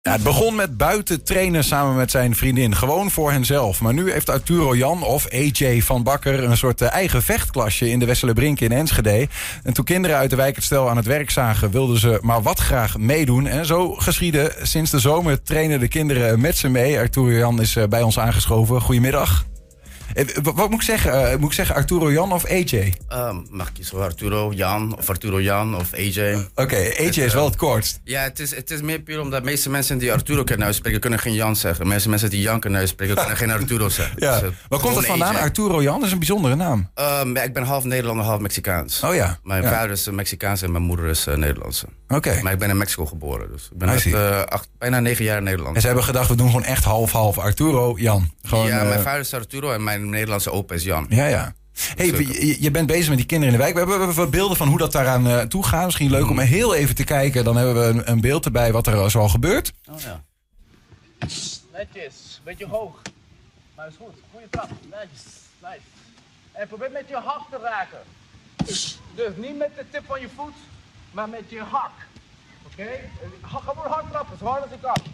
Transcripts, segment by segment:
Ja, het begon met buiten trainen samen met zijn vriendin. Gewoon voor henzelf. Maar nu heeft Arturo Jan of AJ van Bakker een soort eigen vechtklasje in de Wesselerbrink in Enschede. En toen kinderen uit de Wijkertstel aan het werk zagen, wilden ze maar wat graag meedoen. En zo geschiedde. Sinds de zomer trainen de kinderen met ze mee. Arturo Jan is bij ons aangeschoven. Goedemiddag. Wat moet ik zeggen? Moet ik zeggen Arturo Jan of AJ? Mag ik kiezen voor Arturo Jan of AJ. Oké, AJ is wel het kortst. Ja, het is meer puur omdat de meeste mensen die Arturo kunnen uitspreken, kunnen geen Jan zeggen. De meeste mensen die Jan kunnen uitspreken, kunnen geen Arturo zeggen. Ja. Dus, waar komt het vandaan? AJ. Arturo Jan, dat is een bijzondere naam. Ja, ik ben half Nederlander, half Mexicaans. Oh ja. Mijn vader is Mexicaans en mijn moeder is Nederlandse. Oké. Maar ik ben in Mexico geboren, dus ik ben bijna 9 jaar in Nederland. En ze hebben gedacht, we doen gewoon echt half Arturo Jan. Gewoon, ja, mijn vader is Arturo en mijn Nederlandse opa is Jan. Ja. Hey, je bent bezig met die kinderen in de wijk. We hebben wat beelden van hoe dat daaraan toe gaat. Misschien leuk om heel even te kijken. Dan hebben we een beeld erbij wat er zoal gebeurt. Oh ja. Netjes, beetje hoog. Maar is goed, goede trap. Nice. En probeer met je hak te raken. Dus niet met de tip van je voet, maar met je hak. Oké? Gewoon hard trappen, zo hard als je kan.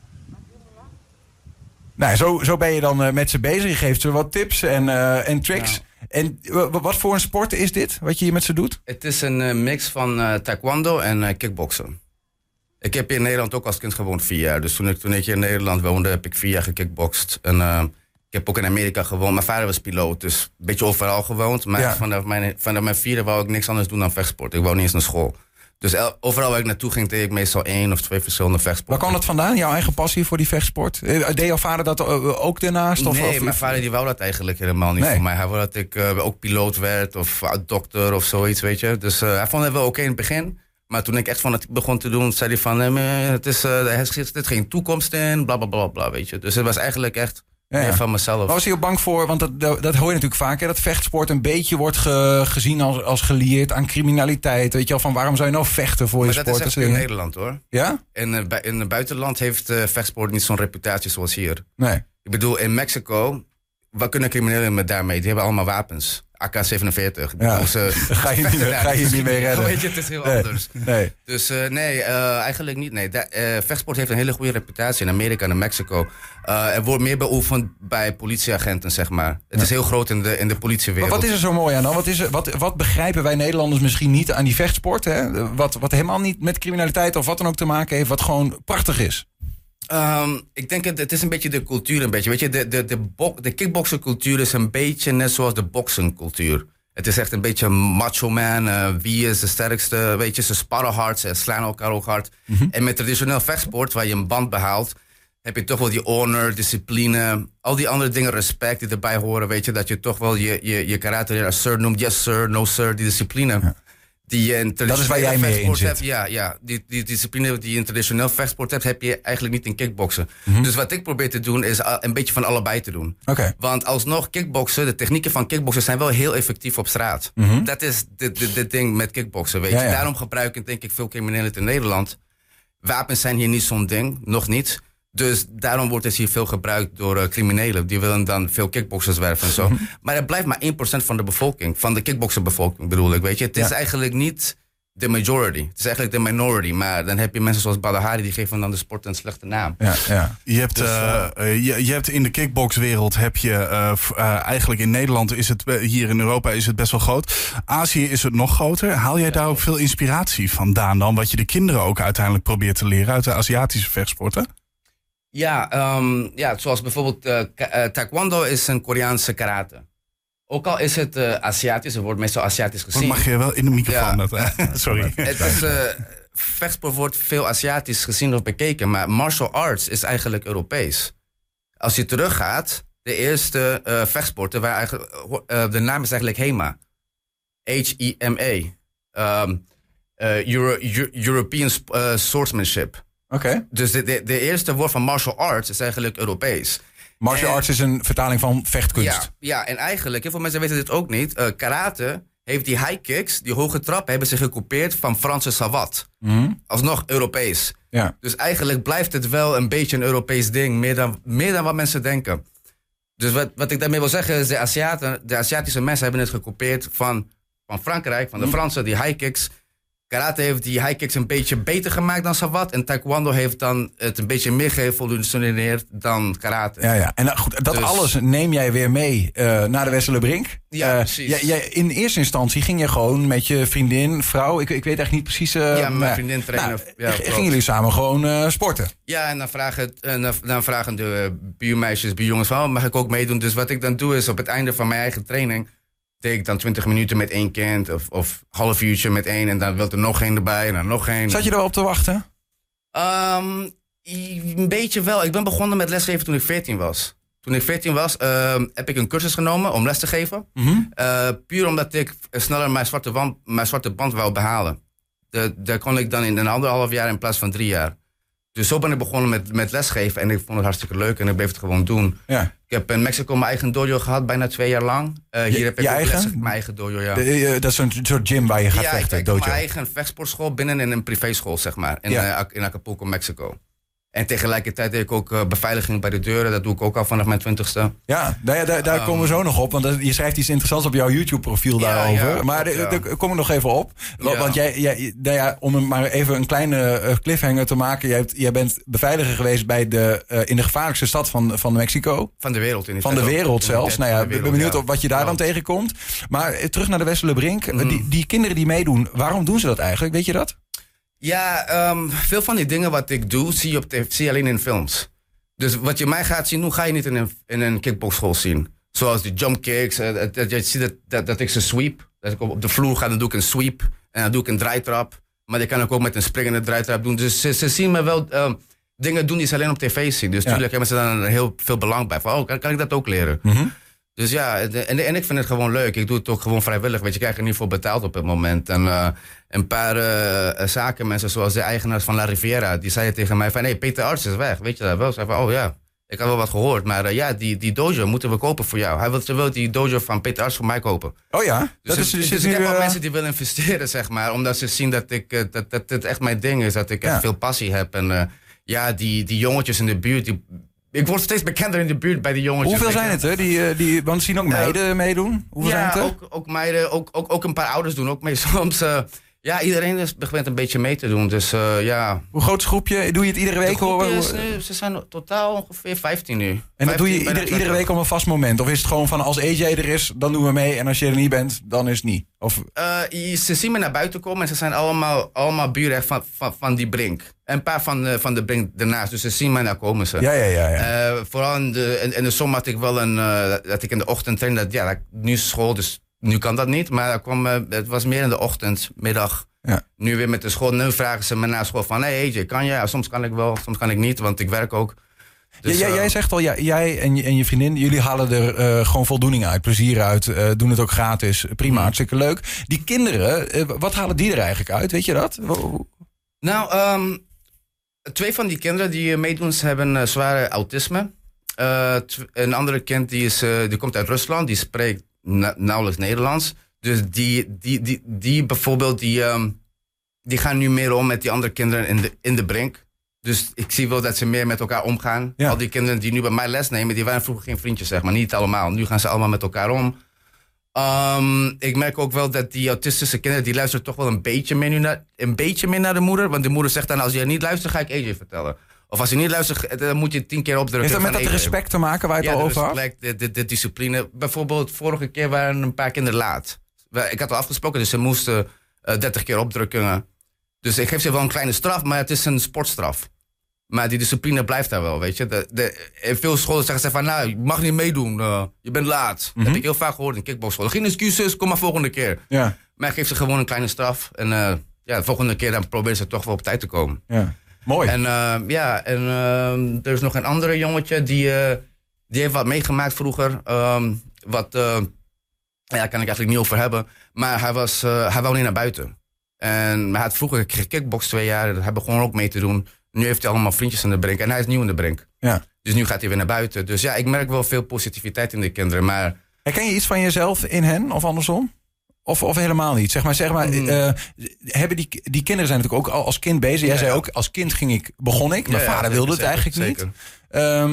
Nou, zo ben je dan met ze bezig. Je geeft ze wat tips en tricks. Ja. En wat voor een sport is dit, wat je hier met ze doet? Het is een mix van taekwondo en kickboksen. Ik heb hier in Nederland ook als kind gewoond 4 jaar. Dus toen ik hier in Nederland woonde, heb ik 4 jaar gekickbokst. En ik heb ook in Amerika gewoond. Mijn vader was piloot, dus een beetje overal gewoond. Maar vanaf mijn 4e wou ik niks anders doen dan vechtsport. Ik wou niet eens naar school. Dus overal waar ik naartoe ging, deed ik meestal 1 of 2 verschillende vechtsporten. Waar kwam dat vandaan, jouw eigen passie voor die vechtsport? Deed jouw vader dat ook daarnaast? Nee, mijn vader die wou dat eigenlijk helemaal niet voor mij. Hij wou dat ik ook piloot werd of dokter of zoiets, weet je. Dus hij vond het wel oké in het begin. Maar toen ik echt van het begon te doen, zei hij van... er zit geen toekomst in, bla bla bla bla, weet je. Dus het was eigenlijk echt... Ja. Van mezelf. Maar was je ook bang voor, want dat hoor je natuurlijk vaak... Hè, dat vechtsport een beetje wordt gezien als gelieerd aan criminaliteit. Weet je wel, van waarom zou je nou vechten voor je sport? Maar dat is echt in Nederland, hoor. Ja? In het buitenland heeft vechtsport niet zo'n reputatie zoals hier. Nee. Ik bedoel, in Mexico, wat kunnen criminelen daarmee? Die hebben allemaal wapens. AK-47. Ja. Ga je niet mee redden. Weet je, het is heel anders. Nee. Dus eigenlijk niet. Nee. Vechtsport heeft een hele goede reputatie in Amerika en in Mexico. Er wordt meer beoefend bij politieagenten, zeg maar. Het is heel groot in de politiewereld. Maar wat is er zo mooi aan dan? Wat begrijpen wij Nederlanders misschien niet aan die vechtsport? Hè? Wat helemaal niet met criminaliteit of wat dan ook te maken heeft, wat gewoon prachtig is. Ik denk het is een beetje de cultuur. Weet je, de kickboksencultuur is een beetje net zoals de boksencultuur. Het is echt een beetje macho man. Wie is de sterkste? Weet je, ze sparren hard, ze slaan elkaar ook hard. Mm-hmm. En met traditioneel vechtsport, waar je een band behaalt, heb je toch wel die honor, discipline, al die andere dingen, respect die erbij horen. Weet je, dat je toch wel je karakter sir noemt. Yes sir, no sir, die discipline. Ja. Dat is waar jij mee in zit. Die discipline die je in traditioneel vechtsport hebt, heb je eigenlijk niet in kickboksen. Mm-hmm. Dus wat ik probeer te doen, is een beetje van allebei te doen. Okay. Want alsnog, kickboksen, de technieken van kickboksen zijn wel heel effectief op straat. Mm-hmm. Dat is de ding met kickboksen, weet je. Daarom gebruiken, denk ik, veel criminelen in Nederland. Wapens zijn hier niet zo'n ding, nog niet. Dus daarom wordt het hier veel gebruikt door criminelen. Die willen dan veel kickboxers werven en zo. Mm-hmm. Maar het blijft maar 1% van de bevolking. Van de kickboxerbevolking bedoel ik, weet je. Het is eigenlijk niet de majority. Het is eigenlijk de minority. Maar dan heb je mensen zoals Badr Hari, die geven dan de sport een slechte naam. Ja. Je hebt in de kickboxwereld heb je eigenlijk in Nederland is het, hier in Europa is het best wel groot. Azië is het nog groter. Haal jij daar ook veel inspiratie vandaan dan? Wat je de kinderen ook uiteindelijk probeert te leren uit de Aziatische vechtsporten? Ja, zoals bijvoorbeeld taekwondo is een Koreaanse karate. Ook al is het Aziatisch, er wordt meestal Aziatisch gezien. Mag je wel in de microfoon? Sorry. Het is, vechtsport wordt veel Aziatisch gezien of bekeken, maar martial arts is eigenlijk Europees. Als je teruggaat, de eerste vechtsporten, waar eigenlijk, de naam is eigenlijk HEMA. H-E-M-A. European Swordsmanship. Okay. Dus de eerste woord van martial arts is eigenlijk Europees. Martial arts is een vertaling van vechtkunst. Ja, en eigenlijk, heel veel mensen weten dit ook niet. Karate heeft die high kicks, die hoge trappen, hebben ze gekopieerd van Franse savate. Mm-hmm. Alsnog Europees. Ja. Dus eigenlijk blijft het wel een beetje een Europees ding, meer dan wat mensen denken. Dus wat ik daarmee wil zeggen is, de Aziatische mensen hebben het gekopieerd van Frankrijk, van de Fransen, die high kicks. Karate heeft die high kicks een beetje beter gemaakt dan Sawat. En taekwondo heeft dan het een beetje meer geëvolutioneerd dan karate. Ja. En goed, dat Dus- alles neem jij weer mee naar de Westerlebrink. Ja, precies. In eerste instantie ging je gewoon met je vriendin, vrouw... Ik weet echt niet precies... Met mijn vriendin trainen. Gingen jullie samen gewoon sporten? Ja, en dan vragen de buurmeisjes, buurjongens van... mag ik ook meedoen? Dus wat ik dan doe is op het einde van mijn eigen training... deed ik dan 20 minuten met 1 kind of half uurtje met 1... en dan wil er nog 1 erbij en dan nog 1. Zat je erop te wachten? Een beetje wel. Ik ben begonnen met lesgeven toen ik 14 was. Toen ik 14 was, heb ik een cursus genomen om les te geven. Puur omdat ik sneller mijn zwarte band wou behalen. Daar kon ik dan in een 1,5 jaar in plaats van 3 jaar. Dus zo ben ik begonnen met lesgeven. En ik vond het hartstikke leuk en ik bleef het gewoon doen. Ja. Ik heb in Mexico mijn eigen dojo gehad, bijna 2 jaar lang. Hier heb ik ook eigen? mijn eigen dojo, ja. Dat is een soort gym waar je gaat vechten, ik heb dojo. mijn eigen vechtsportschool binnen in een privéschool, zeg maar. In Acapulco, Mexico. En tegelijkertijd deed ik ook beveiliging bij de deuren. Dat doe ik ook al vanaf mijn 20ste. Ja, daar komen we zo nog op. Want je schrijft iets interessants op jouw YouTube-profiel daarover. Ja, maar daar komen we nog even op. Want jij, om maar even een kleine cliffhanger te maken... Jij bent beveiliger geweest bij in de gevaarlijkste stad van Mexico. Van de wereld. Van de wereld zelfs. Nou ja, ik ben benieuwd op wat je daar dan tegenkomt. Maar terug naar de Westerlebrink. Die kinderen die meedoen, waarom doen ze dat eigenlijk? Weet je dat? Ja, veel van die dingen wat ik doe, zie je alleen in films. Dus wat je mij gaat zien, hoe ga je niet in een kickboxschool zien? Zoals die jump kicks, dat je ziet dat ik ze sweep. Dat ik op de vloer ga, dan doe ik een sweep. En dan doe ik een draaitrap. Maar die kan ik ook met een springende draaitrap doen. Dus ze zien me wel dingen doen die ze alleen op tv zien. Dus natuurlijk hebben ze daar heel veel belang bij. Van, kan ik dat ook leren? Dus ja, en ik vind het gewoon leuk. Ik doe het ook gewoon vrijwillig. Weet je, ik krijg er niet voor betaald op het moment. En een paar zakenmensen, zoals de eigenaars van La Riviera... die zeiden tegen mij van, Peter Arts is weg. Weet je dat wel? Ze zei van, ik had wel wat gehoord. Maar die dojo moeten we kopen voor jou. Ze wil die dojo van Peter Arts voor mij kopen. Oh ja? Dus ik heb wel mensen die willen investeren, zeg maar. Omdat ze zien dat dat het echt mijn ding is. Dat ik echt veel passie heb. En die jongetjes in de buurt... Ik word steeds bekender in de buurt bij die jongetjes. Hoeveel zijn het, hè? Want zien ook meiden meedoen? Hoeveel zijn het er? Ook meiden, ook een paar ouders doen ook mee soms. Iedereen begint een beetje mee te doen. Dus ja. Hoe groot is het groepje? Doe je het iedere week? Ze zijn totaal ongeveer 15 nu. En dat doe je iedere week op een vast moment? Of is het gewoon van als AJ er is, dan doen we mee. En als je er niet bent, dan is het niet? Of... Ze zien me naar buiten komen en ze zijn allemaal buren echt van die brink. En een paar van de brink ernaast. Dus ze zien mij, daar komen ze. Ja. Vooral in de zomer had ik wel dat ik in de ochtend trainde. Nu is school, dus nu kan dat niet. Maar het was meer in de ochtend, middag. Ja. Nu weer met de school. Nu vragen ze me na school van... Hey AJ, kan jij? Soms kan ik wel, soms kan ik niet, want ik werk ook. Dus, jij zegt al, jij en je vriendin... jullie halen er gewoon voldoening uit, plezier uit. Doen het ook gratis. Prima, hartstikke leuk. Die kinderen, wat halen die er eigenlijk uit? Weet je dat? Nou, 2 van die kinderen die meedoen... ze hebben zware autisme. Een andere kind die komt uit Rusland. Die spreekt nauwelijks Nederlands. Dus die bijvoorbeeld... die gaan nu meer om met die andere kinderen in de brink. Dus ik zie wel dat ze meer met elkaar omgaan. Ja. Al die kinderen die nu bij mij les nemen... die waren vroeger geen vriendjes, zeg maar. Niet allemaal. Nu gaan ze allemaal met elkaar om. Ik merk ook wel dat die autistische kinderen... die luisteren toch wel een beetje meer naar de moeder. Want de moeder zegt dan... als je niet luistert, ga ik AJ vertellen. Of als je niet luistert, dan moet je 10 keer opdrukken. Heeft dat met dat respect te maken waar je het al over had? De discipline. Bijvoorbeeld, vorige keer waren een paar kinderen laat. Ik had al afgesproken, dus ze moesten 30 keer opdrukken. Dus ik geef ze wel een kleine straf, maar het is een sportstraf. Maar die discipline blijft daar wel, weet je. In veel scholen zeggen ze van, nou, je mag niet meedoen. Je bent laat. Dat heb ik heel vaak gehoord in kickboxscholen. Geen excuses, kom maar volgende keer. Ja. Maar ik geef ze gewoon een kleine straf. En de volgende keer dan proberen ze toch wel op tijd te komen. Ja. Mooi. En er is nog een andere jongetje die heeft wat meegemaakt vroeger. Daar kan ik eigenlijk niet over hebben. Maar hij wou niet naar buiten. En hij had vroeger gekickboxd 2 jaar. Hij begon ook mee te doen. Nu heeft hij allemaal vriendjes aan de brink. En hij is nieuw in de brink. Ja. Dus nu gaat hij weer naar buiten. Dus ja, ik merk wel veel positiviteit in de kinderen. Maar... Herken je iets van jezelf in hen of andersom? Of helemaal niet? Zeg maar hebben die kinderen zijn natuurlijk ook als kind bezig. Jij zei ook, als kind begon ik. Mijn vader wilde het eigenlijk niet.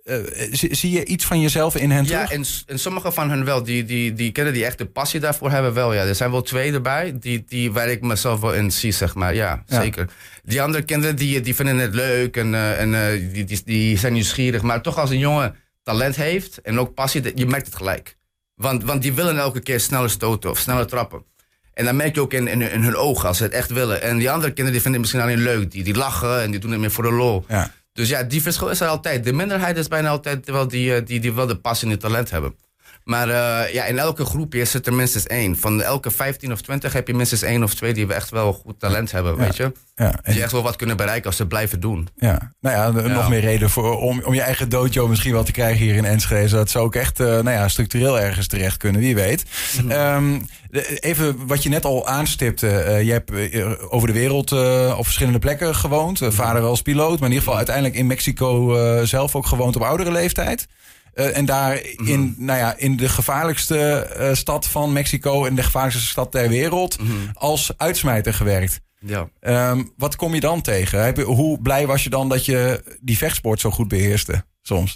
Zie je iets van jezelf in hen terug? Ja, en sommige van hen wel. Die kennen die echt de passie daarvoor hebben wel. Ja. Er zijn wel 2 erbij waar ik mezelf wel in zie, zeg maar. Ja, zeker. Die andere kinderen die vinden het leuk en die zijn nieuwsgierig. Maar toch als een jongen talent heeft en ook passie, je merkt het gelijk. Want die willen elke keer sneller stoten of sneller trappen. En dan merk je ook in hun ogen als ze het echt willen. En die andere kinderen die vinden het misschien alleen leuk. Die lachen en die doen het meer voor de lol. Ja. Dus ja, die verschil is er altijd. De minderheid is bijna altijd wel die wel de passie en het talent hebben. Maar in elke groepje zit er minstens 1. Van elke 15 of 20 heb je minstens 1 of 2 die echt wel goed talent hebben, weet je. Ja, die echt wel wat kunnen bereiken als ze blijven doen. Ja, nog meer reden om je eigen dojo misschien wel te krijgen hier in Enschede. Zodat ze ook echt structureel ergens terecht kunnen, wie weet. Even wat je net al aanstipte. Je hebt over de wereld op verschillende plekken gewoond. Vader als piloot, maar in ieder geval uiteindelijk in Mexico zelf ook gewoond op oudere leeftijd. En daar in de gevaarlijkste stad van Mexico en de gevaarlijkste stad ter wereld als uitsmijter gewerkt. Ja. Wat kom je dan tegen? Hoe blij was je dan dat je die vechtsport zo goed beheerste soms?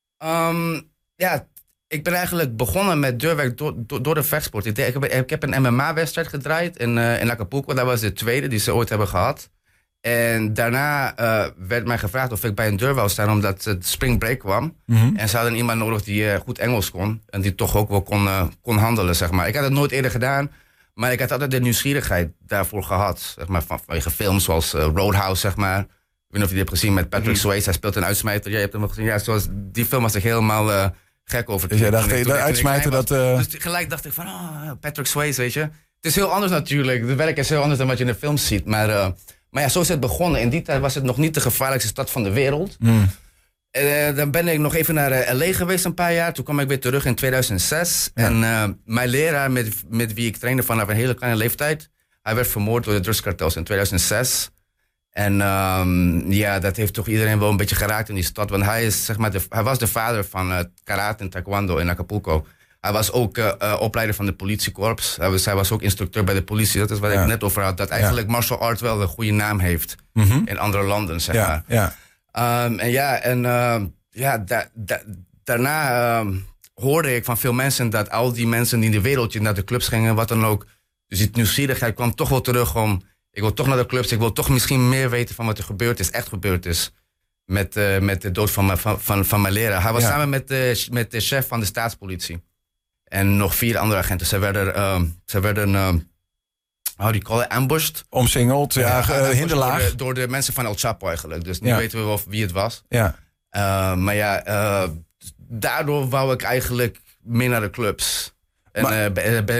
Ik ben eigenlijk begonnen met deurwerk door de vechtsport. Ik heb een MMA-wedstrijd gedraaid in Acapulco. Dat was de tweede die ze ooit hebben gehad. En daarna werd mij gevraagd of ik bij een deur wou staan, omdat het spring break kwam. En ze hadden iemand nodig die goed Engels kon. En die toch ook wel kon handelen, zeg maar. Ik had het nooit eerder gedaan, maar ik had altijd de nieuwsgierigheid daarvoor gehad. Zeg maar, vanwege films zoals Roadhouse, zeg maar. Ik weet niet of je die hebt gezien met Patrick Swayze. Hij speelt een uitsmijter. Jij hebt hem gezien. Ja, zoals die film was ik helemaal gek over. Dus jij dacht, de uitsmijter dat... Dus gelijk dacht ik van, Patrick Swayze, weet je. Het is heel anders natuurlijk. De werk is heel anders dan wat je in de films ziet, maar ja, zo is het begonnen. In die tijd was het nog niet de gevaarlijkste stad van de wereld. Dan ben ik nog even naar L.A. geweest een paar jaar. Toen kwam ik weer terug in 2006. Ja. En mijn leraar met wie ik trainde vanaf een hele kleine leeftijd, hij werd vermoord door de drugskartels in 2006. En dat heeft toch iedereen wel een beetje geraakt in die stad. Want hij is, zeg maar, hij was de vader van karate en taekwondo in Acapulco. Hij was ook opleider van de politiekorps. Hij was ook instructeur bij de politie. Dat is wat ik net over had. Dat eigenlijk martial art wel een goede naam heeft in andere landen, zeg maar. Ja. Daarna hoorde ik van veel mensen dat al die mensen die in de wereldje naar de clubs gingen, wat dan ook. Dus die nieuwsgierigheid kwam toch wel terug om, ik wil toch naar de clubs, ik wil toch misschien meer weten van wat er echt gebeurd is. Met de dood van mijn leraar. Hij was samen met de chef van de staatspolitie. En nog 4 andere agenten. Ze werden how do you call it, ambushed. Omsingeld, hinderlaag. Door de mensen van El Chapo eigenlijk. Dus nu weten we wel wie het was. Ja. Daardoor wou ik eigenlijk meer naar de clubs. En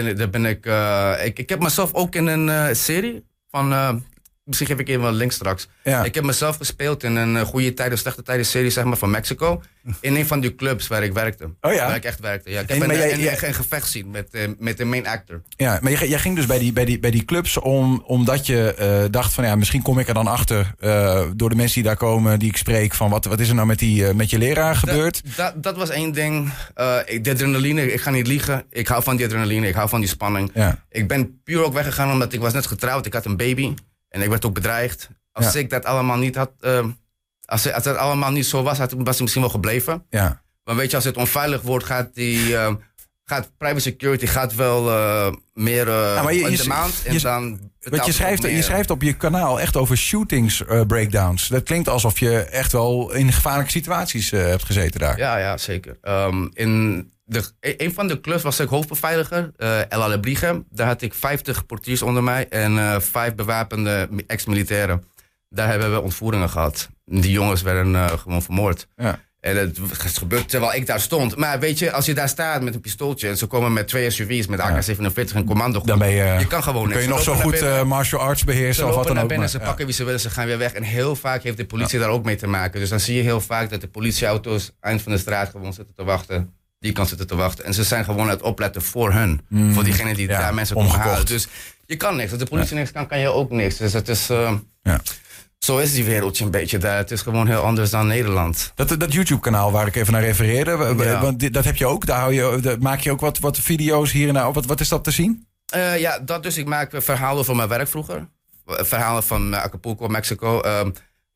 ik heb mezelf ook in een serie van... misschien geef ik even een link straks. Ja. Ik heb mezelf gespeeld in een goede tijden, slechte tijden serie, zeg maar, van Mexico. In een van die clubs waar ik werkte. Oh ja? Waar ik echt werkte. Ja. Ik heb een gevecht zien met de main actor. Ja, maar jij ging dus bij die clubs omdat je dacht van misschien kom ik er dan achter door de mensen die daar komen, die ik spreek, van wat is er nou met je leraar gebeurd? Dat was één ding. De adrenaline, ik ga niet liegen. Ik hou van die adrenaline, ik hou van die spanning. Ja. Ik ben puur ook weggegaan omdat ik was net getrouwd. Ik had een baby. En ik werd ook bedreigd. Als ik dat allemaal niet had... Als dat allemaal niet zo was, was ik misschien wel gebleven. Ja. Maar weet je, als het onveilig wordt, gaat private security wel meer in de maand. Je schrijft op je kanaal echt over shootings breakdowns. Dat klinkt alsof je echt wel in gevaarlijke situaties hebt gezeten daar. Ja, zeker. Een van de clubs was ik hoofdbeveiliger, El Alebrije. Daar had ik 50 portiers onder mij en 5 bewapende ex-militairen. Daar hebben we ontvoeringen gehad. Die jongens werden gewoon vermoord. Ja. En het gebeurde terwijl ik daar stond. Maar weet je, als je daar staat met een pistooltje en ze komen met 2 SUV's met AK-47 en commando. Dan ben je kan gewoon niks. Kun je nog zo goed martial arts beheersen of wat dan ook. Binnen, ze pakken wie ze willen, ze gaan weer weg. En heel vaak heeft de politie daar ook mee te maken. Dus dan zie je heel vaak dat de politieauto's eind van de straat gewoon zitten te wachten. Die kan zitten te wachten. En ze zijn gewoon aan het opletten voor hun. Voor diegenen die daar mensen komen halen. Dus je kan niks. Als de politie niks kan je ook niks. Dus het is... Zo is die wereldje een beetje daar. Het is gewoon heel anders dan Nederland. Dat YouTube-kanaal waar ik even naar refereerde, want dat heb je ook. Daar maak je ook wat video's hier en daar. Wat is dat te zien? Dat dus. Ik maak verhalen van mijn werk vroeger. Verhalen van Acapulco, Mexico.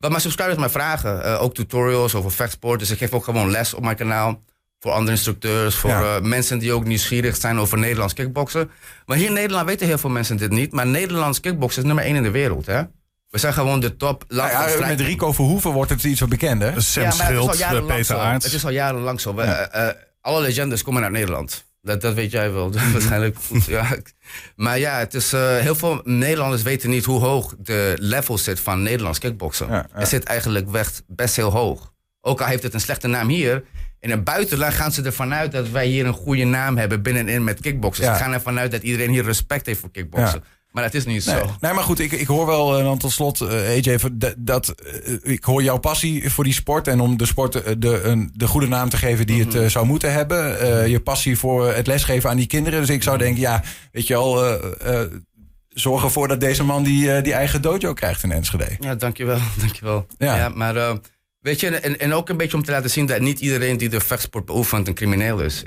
Wat mijn subscribers mij vragen, ook tutorials over vechtsport. Dus ik geef ook gewoon les op mijn kanaal. Voor andere instructeurs, voor mensen die ook nieuwsgierig zijn over Nederlands kickboksen. Maar hier in Nederland weten heel veel mensen dit niet. Maar Nederlands kickboksen is nummer 1 in de wereld, hè? We zijn gewoon de top. Met Rico Verhoeven wordt het iets wat bekend, hè? Sam Schild, Peter Aerts. Het is al jarenlang zo. Alle legendes komen uit Nederland. Dat weet jij wel, waarschijnlijk goed. Ja. Maar ja, het is, heel veel Nederlanders weten niet hoe hoog de level zit van Nederlands kickboksen. Ja. Het zit eigenlijk best heel hoog. Ook al heeft het een slechte naam hier. In het buitenland gaan ze ervan uit dat wij hier een goede naam hebben binnenin met kickboksen. Ze gaan ervan uit dat iedereen hier respect heeft voor kickboksen. Ja. Maar dat is niet zo. Nee, maar goed, ik hoor wel dan tot slot, AJ, ik hoor jouw passie voor die sport. En om de sport de goede naam te geven die het zou moeten hebben. Je passie voor het lesgeven aan die kinderen. Dus ik zou denken, weet je al, zorg ervoor dat deze man die eigen dojo krijgt in Enschede. Ja, dankjewel. Ja, maar weet je, en ook een beetje om te laten zien dat niet iedereen die de vechtsport beoefent een crimineel is.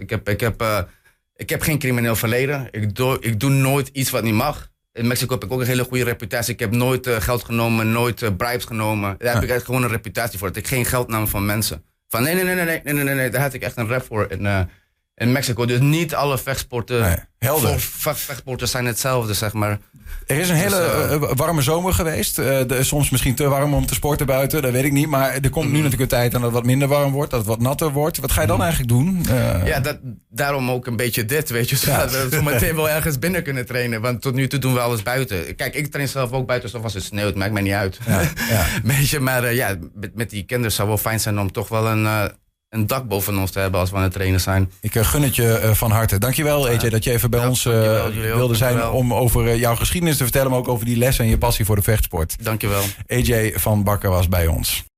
Ik heb geen crimineel verleden. Ik doe nooit iets wat niet mag. In Mexico heb ik ook een hele goede reputatie. Ik heb nooit geld genomen, nooit bribes genomen. Daar heb ik echt gewoon een reputatie voor. Dat ik geen geld nam van mensen. Van nee. Daar had ik echt een rep voor in Mexico. Dus niet alle vechtsporten... helder. Vechtsporten zijn hetzelfde, zeg maar. Er is een hele warme zomer geweest. Soms misschien te warm om te sporten buiten, dat weet ik niet. Maar er komt nu natuurlijk een tijd dat het wat minder warm wordt, dat het wat natter wordt. Wat ga je dan eigenlijk doen? Daarom ook een beetje dit, weet je. Zodat we zo meteen wel ergens binnen kunnen trainen. Want tot nu toe doen we alles buiten. Kijk, ik train zelf ook buiten, zoals het sneeuwt. Maakt mij niet uit. Beetje, maar met die kinderen zou wel fijn zijn om toch wel een dak boven ons te hebben als we aan het trainen zijn. Ik gun het je van harte. Dankjewel, AJ, dat je even bij ons wilde zijn om over jouw geschiedenis te vertellen, maar ook over die les en je passie voor de vechtsport. Dankjewel. AJ van Bakker was bij ons.